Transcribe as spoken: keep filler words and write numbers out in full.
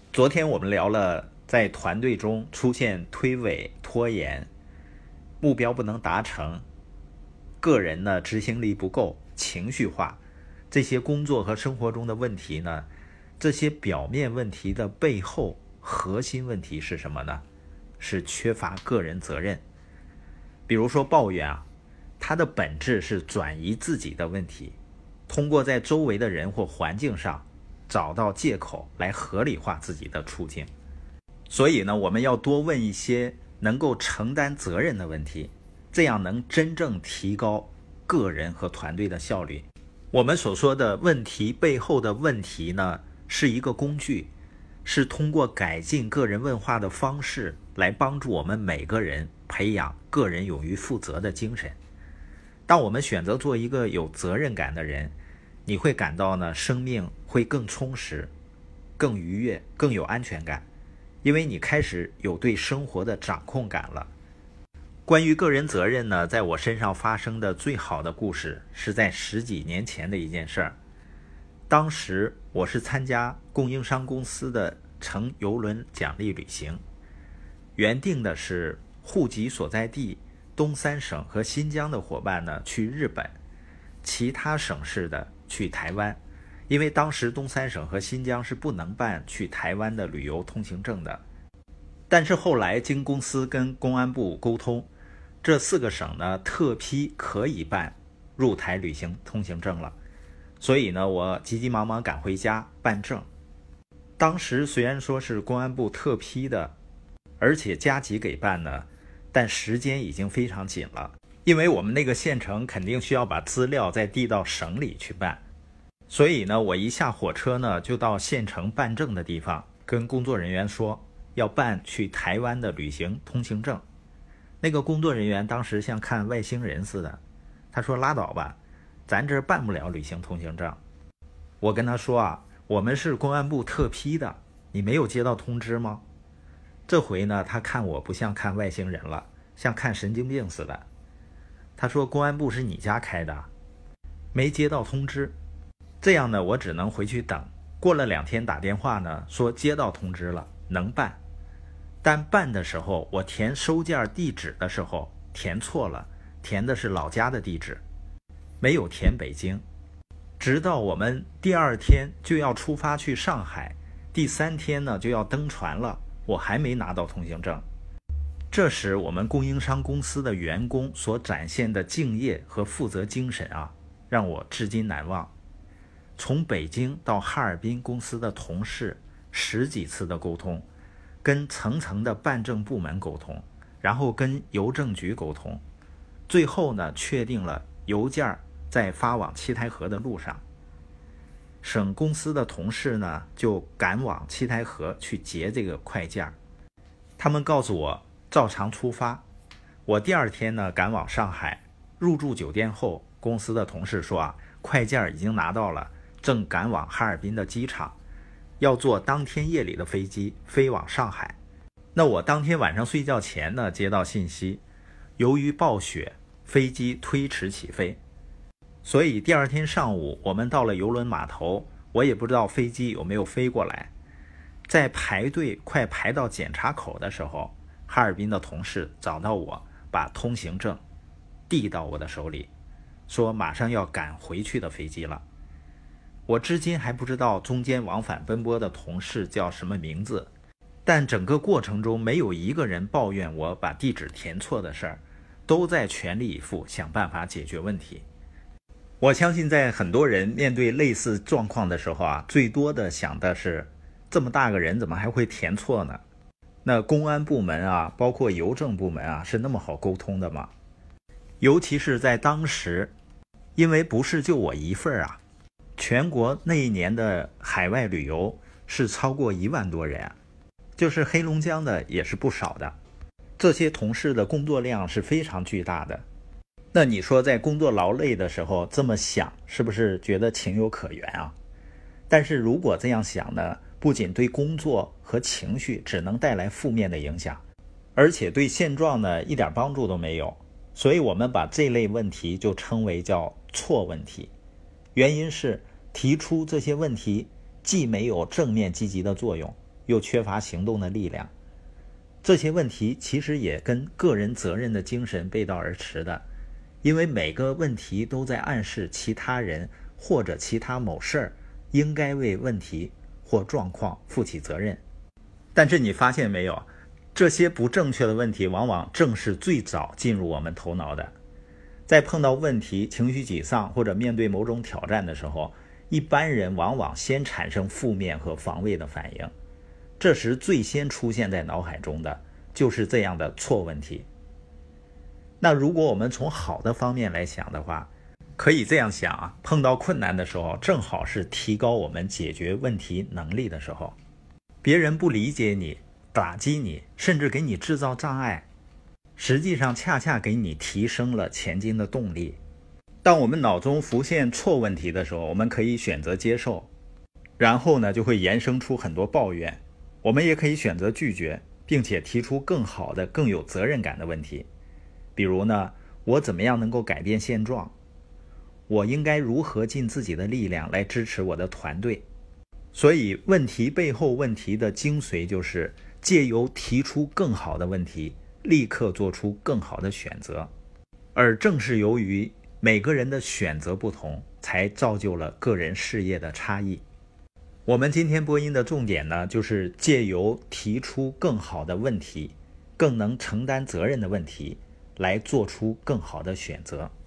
昨天我们聊了在团队中出现推诿、拖延，目标不能达成，个人呢执行力不够，情绪化，这些工作和生活中的问题呢，这些表面问题的背后核心问题是什么呢？是缺乏个人责任。比如说抱怨啊，它的本质是转移自己的问题，通过在周围的人或环境上找到借口来合理化自己的处境。所以呢，我们要多问一些能够承担责任的问题，这样能真正提高个人和团队的效率。我们所说的问题背后的问题呢，是一个工具，是通过改进个人问话的方式来帮助我们每个人培养个人勇于负责的精神。当我们选择做一个有责任感的人，你会感到呢，生命会更充实、更愉悦、更有安全感，因为你开始有对生活的掌控感了。关于个人责任呢，在我身上发生的最好的故事是在十几年前的一件事儿。当时我是参加供应商公司的乘邮轮奖励旅行，原定的是户籍所在地东三省和新疆的伙伴呢去日本，其他省市的去台湾，因为当时东三省和新疆是不能办去台湾的旅游通行证的。但是后来经公司跟公安部沟通，这四个省呢特批可以办入台旅行通行证了，所以呢我急急忙忙赶回家办证。当时虽然说是公安部特批的，而且加急给办呢，但时间已经非常紧了，因为我们那个县城肯定需要把资料再递到省里去办。所以呢，我一下火车呢，就到县城办证的地方，跟工作人员说要办去台湾的旅行通行证。那个工作人员当时像看外星人似的，他说拉倒吧，咱这办不了旅行通行证。我跟他说啊，我们是公安部特批的，你没有接到通知吗？这回呢，他看我不像看外星人了，像看神经病似的。他说公安部是你家开的，没接到通知。这样呢，我只能回去等。过了两天打电话呢，说接到通知了，能办。但办的时候，我填收件地址的时候填错了，填的是老家的地址，没有填北京。直到我们第二天就要出发去上海，第三天呢就要登船了，我还没拿到通行证。这时我们供应商公司的员工所展现的敬业和负责精神啊，让我至今难忘。从北京到哈尔滨公司的同事十几次的沟通，跟层层的办证部门沟通，然后跟邮政局沟通，最后呢确定了邮件在发往七台河的路上。省公司的同事呢就赶往七台河去截这个快件，他们告诉我照常出发。我第二天呢赶往上海，入住酒店后，公司的同事说啊，快件已经拿到了，正赶往哈尔滨的机场，要坐当天夜里的飞机飞往上海。那我当天晚上睡觉前呢接到信息，由于暴雪，飞机推迟起飞。所以第二天上午我们到了邮轮码头，我也不知道飞机有没有飞过来。在排队快排到检查口的时候，哈尔滨的同事找到我，把通行证递到我的手里，说马上要赶回去的飞机了。我至今还不知道中间往返奔波的同事叫什么名字，但整个过程中没有一个人抱怨我把地址填错的事儿，都在全力以赴想办法解决问题。我相信在很多人面对类似状况的时候啊，最多的想的是，这么大个人怎么还会填错呢？那公安部门啊，包括邮政部门啊，是那么好沟通的吗？尤其是在当时，因为不是就我一份啊，全国那一年的海外旅游是超过一万多人啊，就是黑龙江的也是不少的。这些同事的工作量是非常巨大的。那你说在工作劳累的时候这么想，是不是觉得情有可原啊？但是如果这样想呢，不仅对工作和情绪只能带来负面的影响，而且对现状呢一点帮助都没有。所以我们把这类问题就称为叫错问题。原因是提出这些问题既没有正面积极的作用， 又缺乏行动的力量。这些问题其实也跟个人责任的精神背道而驰的，因为每个问题都在暗示其他人或者其他某事儿应该为问题或状况负起责任。但是你发现没有，这些不正确的问题往往正是最早进入我们头脑的。在碰到问题、情绪沮丧或者面对某种挑战的时候，一般人往往先产生负面和防卫的反应，这时最先出现在脑海中的就是这样的错问题。那如果我们从好的方面来想的话，可以这样想啊，碰到困难的时候，正好是提高我们解决问题能力的时候。别人不理解你，打击你，甚至给你制造障碍，实际上恰恰给你提升了前进的动力。当我们脑中浮现错问题的时候，我们可以选择接受，然后呢，就会延伸出很多抱怨。我们也可以选择拒绝，并且提出更好的、更有责任感的问题。比如呢，我怎么样能够改变现状？我应该如何尽自己的力量来支持我的团队？所以问题背后问题的精髓就是借由提出更好的问题，立刻做出更好的选择。而正是由于每个人的选择不同，才造就了个人事业的差异。我们今天播音的重点呢，就是借由提出更好的问题，更能承担责任的问题，来做出更好的选择。